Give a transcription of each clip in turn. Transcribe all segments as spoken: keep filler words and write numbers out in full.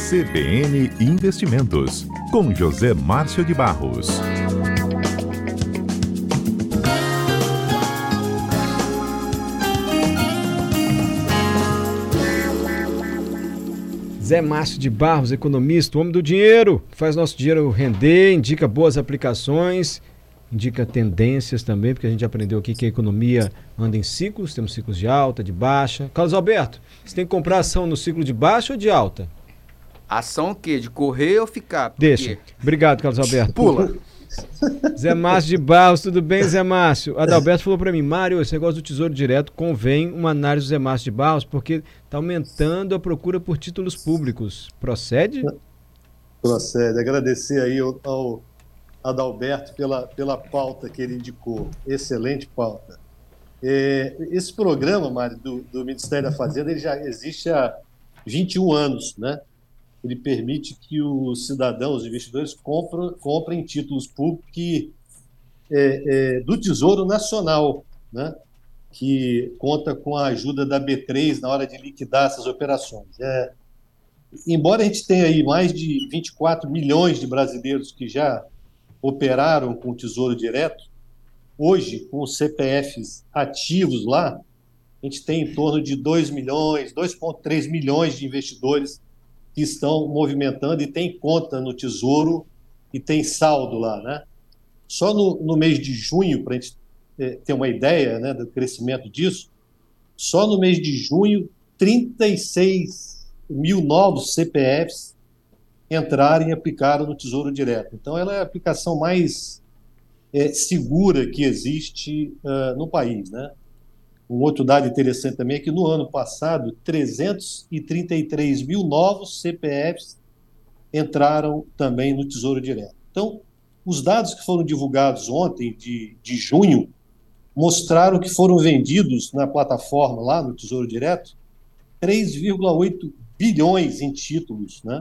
C B N Investimentos, com José Márcio de Barros. Zé Márcio de Barros, economista, o homem do dinheiro, que faz nosso dinheiro render, indica boas aplicações, indica tendências também, porque a gente aprendeu aqui que a economia anda em ciclos, temos ciclos de alta, de baixa. Carlos Alberto, você tem que comprar ação no ciclo de baixa ou de alta? Ação o quê? De correr ou ficar? Por Deixa. quê? Obrigado, Carlos Alberto. Pula. Zé Márcio de Barros, tudo bem, Zé Márcio? Adalberto falou para mim, Mário, esse negócio do Tesouro Direto convém uma análise do Zé Márcio de Barros, porque está aumentando a procura por títulos públicos. Procede? Procede. Agradecer aí ao, ao Adalberto pela, pela pauta que ele indicou. Excelente pauta. É, esse programa, Mário, do, do Ministério da Fazenda, ele já existe há vinte e um anos, né? Ele permite que os cidadãos, os investidores, comprem, comprem títulos públicos que, é, é, do Tesouro Nacional, né? Que conta com a ajuda da B três na hora de liquidar essas operações. É, embora a gente tenha aí mais de vinte e quatro milhões de brasileiros que já operaram com o Tesouro Direto, hoje, com os C P Fs ativos lá, a gente tem em torno de dois milhões, dois vírgula três milhões de investidores que estão movimentando e tem conta no Tesouro e tem saldo lá, né? Só no, no mês de junho, para a gente é, ter uma ideia, né, do crescimento disso, só no mês de junho, trinta e seis mil novos C P Fs entraram e aplicaram no Tesouro Direto. Então, ela é a aplicação mais é, segura que existe uh, no país, né? Um outro dado interessante também é que no ano passado, trezentos e trinta e três mil novos C P Fs entraram também no Tesouro Direto. Então, os dados que foram divulgados ontem, de, de junho, mostraram que foram vendidos na plataforma lá no Tesouro Direto três vírgula oito bilhões em títulos, né?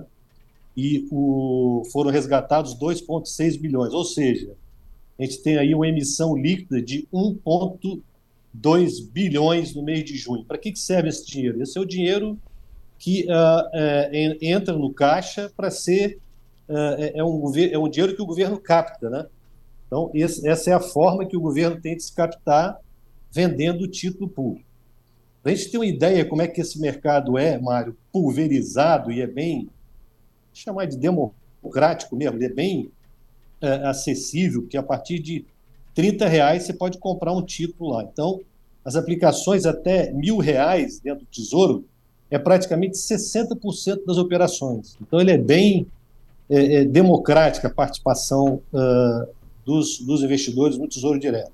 E o, foram resgatados dois vírgula seis bilhões, ou seja, a gente tem aí uma emissão líquida de um vírgula dois bilhões no mês de junho. Para que, que serve esse dinheiro? Esse é o dinheiro que uh, uh, entra no caixa para ser... Uh, é, um, é um dinheiro que o governo capta, né? Então, esse, essa é a forma que o governo tem de se captar vendendo o título público. Para a gente ter uma ideia como é que esse mercado é, Mário, pulverizado e é bem, chamar de democrático mesmo, ele é bem uh, acessível, porque a partir de trinta reais você pode comprar um título lá. Então, as aplicações até mil reais dentro do Tesouro é praticamente sessenta por cento das operações. Então, ele é bem é, é, democrática a participação uh, dos, dos investidores no Tesouro Direto.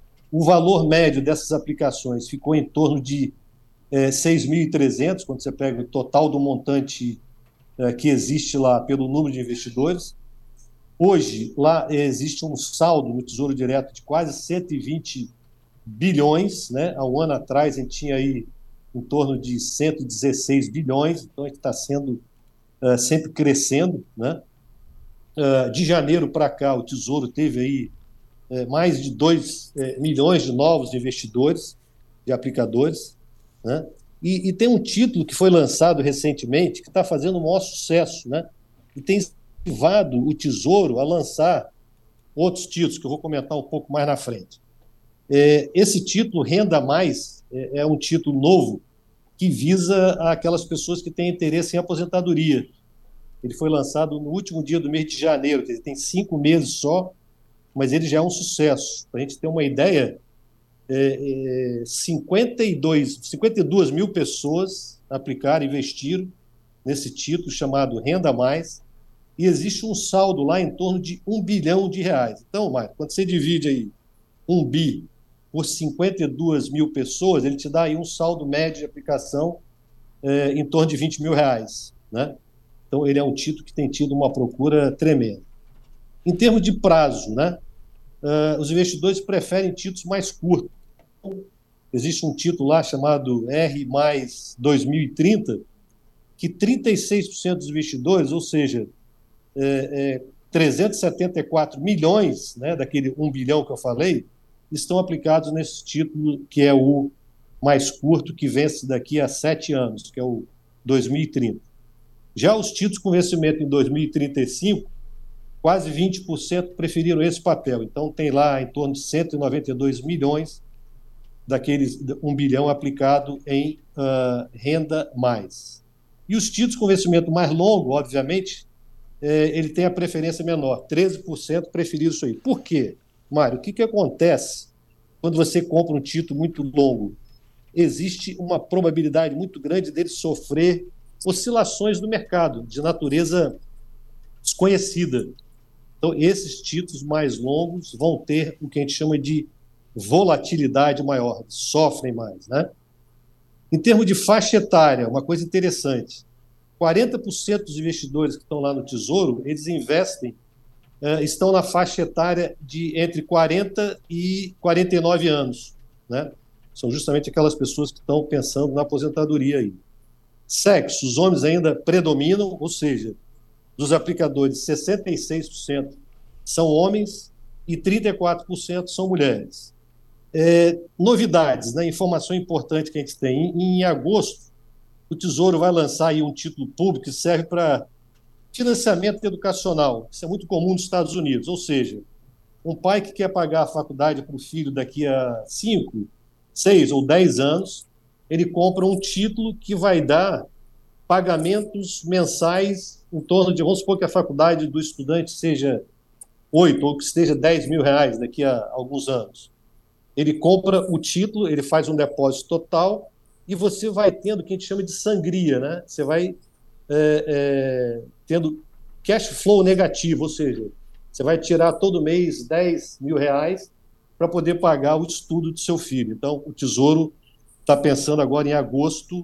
O valor médio dessas aplicações ficou em torno de é, seis mil e trezentos, quando você pega o total do montante é, que existe lá pelo número de investidores. Hoje, lá existe um saldo no Tesouro Direto de quase cento e vinte bilhões, né? Há um ano atrás, a gente tinha aí em torno de cento e dezesseis bilhões, então a gente está sendo uh, sempre crescendo, né? Uh, de janeiro para cá, o Tesouro teve aí uh, mais de dois uh, milhões de novos investidores, de aplicadores, né? E, e tem um título que foi lançado recentemente que está fazendo o maior sucesso, né? E tem motivado o Tesouro a lançar outros títulos, que eu vou comentar um pouco mais na frente. É, esse título, Renda Mais, é, é um título novo que visa aquelas pessoas que têm interesse em aposentadoria. Ele foi lançado no último dia do mês de janeiro, quer dizer, tem cinco meses só, mas ele já é um sucesso. Para a gente ter uma ideia, é, é, cinquenta e dois, cinquenta e duas mil pessoas aplicaram, investiram nesse título chamado Renda Mais, e existe um saldo lá em torno de um bilhão de reais. Então, Mário, quando você divide aí um bi por cinquenta e duas mil pessoas, ele te dá aí um saldo médio de aplicação é, em torno de vinte mil reais, né? Então, ele é um título que tem tido uma procura tremenda. Em termos de prazo, né, uh, os investidores preferem títulos mais curtos. Existe um título lá chamado R mais dois mil e trinta, que trinta e seis por cento dos investidores, ou seja, é, é, trezentos e setenta e quatro milhões, né, daquele um bilhão que eu falei, estão aplicados nesse título que é o mais curto, que vence daqui a sete anos, que é o dois mil e trinta. Já os títulos com vencimento em dois mil e trinta e cinco, quase vinte por cento preferiram esse papel. Então, tem lá em torno de cento e noventa e dois milhões daqueles um bilhão aplicado em uh, renda mais. E os títulos com vencimento mais longo, obviamente, eh, ele tem a preferência menor, treze por cento preferiram isso aí. Por quê, Mário? O que, que acontece quando você compra um título muito longo? Existe uma probabilidade muito grande dele sofrer oscilações do mercado, de natureza desconhecida. Então, esses títulos mais longos vão ter o que a gente chama de volatilidade maior, sofrem mais, né? Em termos de faixa etária, uma coisa interessante, quarenta por cento dos investidores que estão lá no Tesouro, eles investem, uh, estão na faixa etária de entre quarenta e quarenta e nove anos, né? São justamente aquelas pessoas que estão pensando na aposentadoria aí. Sexo, os homens ainda predominam, ou seja, dos aplicadores, sessenta e seis por cento são homens e trinta e quatro por cento são mulheres. É, novidades, né? Informação importante que a gente tem. Em, em agosto, o Tesouro vai lançar aí um título público que serve para financiamento educacional. Isso é muito comum nos Estados Unidos, ou seja, um pai que quer pagar a faculdade para o filho daqui a cinco, seis ou dez anos, ele compra um título que vai dar pagamentos mensais em torno de, vamos supor que a faculdade do estudante seja oito ou que esteja dez mil reais daqui a alguns anos. Ele compra o título, ele faz um depósito total e você vai tendo o que a gente chama de sangria, né? Você vai é, é, tendo cash flow negativo, ou seja, você vai tirar todo mês dez mil reais para poder pagar o estudo do seu filho. Então, o Tesouro está pensando agora em agosto,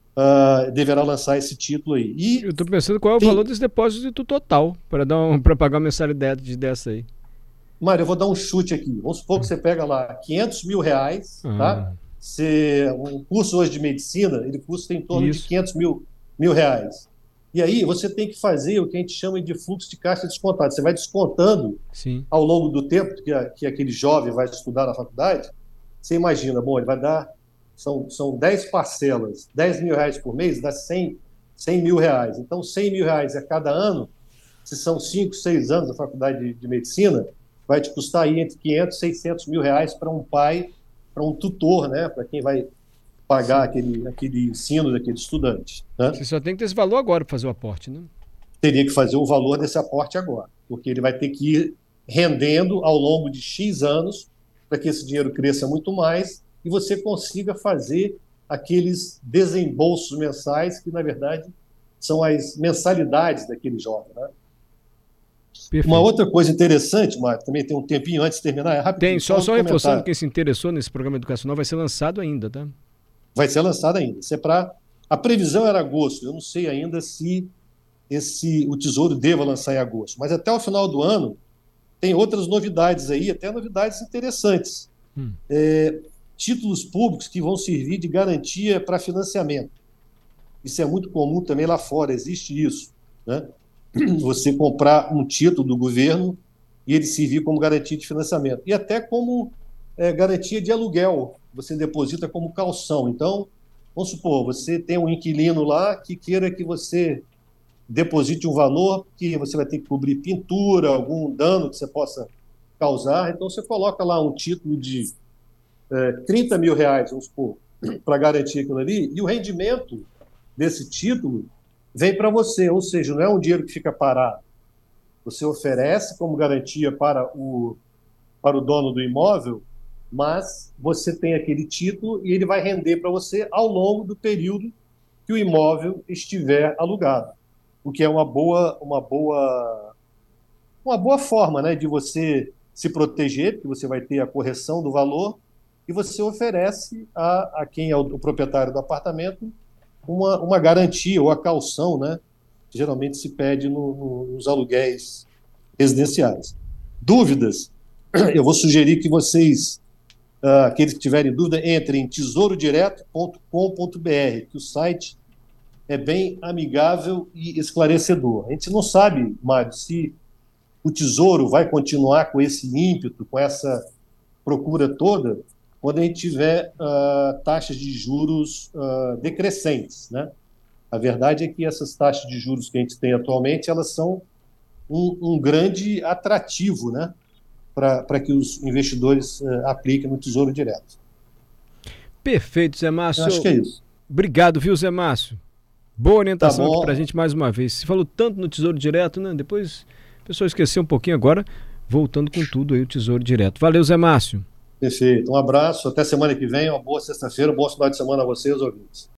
uh, deverá lançar esse título aí. E eu estou pensando qual é o tem... valor desse depósito total para dar um, para pagar uma mensalidade dessa aí. Mário, eu vou dar um chute aqui. Vamos supor que você pega lá quinhentos mil reais, ah. tá? Você, um curso hoje de medicina, ele custa em torno Isso. de quinhentos mil, mil reais. E aí você tem que fazer o que a gente chama de fluxo de caixa descontado. Você vai descontando Sim. ao longo do tempo que, a, que aquele jovem vai estudar na faculdade. Você imagina, bom, ele vai dar, são, são dez parcelas, dez mil reais por mês, dá cem mil reais. Então, cem mil reais a cada ano, se são cinco, seis anos da faculdade de, de medicina, vai te custar aí entre quinhentos e seiscentos mil reais para um pai, para um tutor, né? Para quem vai pagar aquele, aquele ensino daquele estudante. Né? Você só tem que ter esse valor agora para fazer o aporte, né? Teria que fazer o valor desse aporte agora, porque ele vai ter que ir rendendo ao longo de X anos para que esse dinheiro cresça muito mais e você consiga fazer aqueles desembolsos mensais que, na verdade, são as mensalidades daquele jovem, né? Perfeito. Uma outra coisa interessante, Mário, também tem um tempinho antes de terminar, é rapidinho. Tem, só, só reforçando, quem se interessou nesse programa educacional vai ser lançado ainda, tá? Vai ser lançado ainda. Isso é para... A previsão era agosto, eu não sei ainda se esse, o Tesouro deva lançar em agosto, mas até o final do ano tem outras novidades aí, até novidades interessantes. Hum. É, títulos públicos que vão servir de garantia para financiamento. Isso é muito comum também lá fora, existe isso, né? Você comprar um título do governo e ele servir como garantia de financiamento. E até como é, garantia de aluguel, você deposita como calção. Então, vamos supor, você tem um inquilino lá que queira que você deposite um valor que você vai ter que cobrir pintura, algum dano que você possa causar. Então, você coloca lá um título de é, trinta mil reais, vamos supor, para garantir aquilo ali, e o rendimento desse título vem para você, ou seja, não é um dinheiro que fica parado. Você oferece como garantia para o, para o dono do imóvel, mas você tem aquele título e ele vai render para você ao longo do período que o imóvel estiver alugado, o que é uma boa, uma boa, uma boa forma, né, de você se proteger, porque você vai ter a correção do valor e você oferece a, a quem é o, o proprietário do apartamento Uma, uma garantia ou a calção, né, que geralmente se pede no, no, nos aluguéis residenciais. Dúvidas? Eu vou sugerir que vocês, uh, aqueles que tiverem dúvida, entrem em tesouro direto ponto com ponto b r, que o site é bem amigável e esclarecedor. A gente não sabe, Mário, se o Tesouro vai continuar com esse ímpeto, com essa procura toda, quando a gente tiver uh, taxas de juros uh, decrescentes, né? A verdade é que essas taxas de juros que a gente tem atualmente, elas são um, um grande atrativo, né, para que os investidores uh, apliquem no Tesouro Direto. Perfeito, Zé Márcio. Eu acho que é isso. Obrigado, viu, Zé Márcio? Boa orientação Tá aqui para a gente mais uma vez. Você falou tanto no Tesouro Direto, né? Depois a pessoa esqueceu um pouquinho agora, voltando com tudo aí o Tesouro Direto. Valeu, Zé Márcio. Perfeito. Um abraço, até semana que vem, uma boa sexta-feira, um bom final de semana a vocês, ouvintes.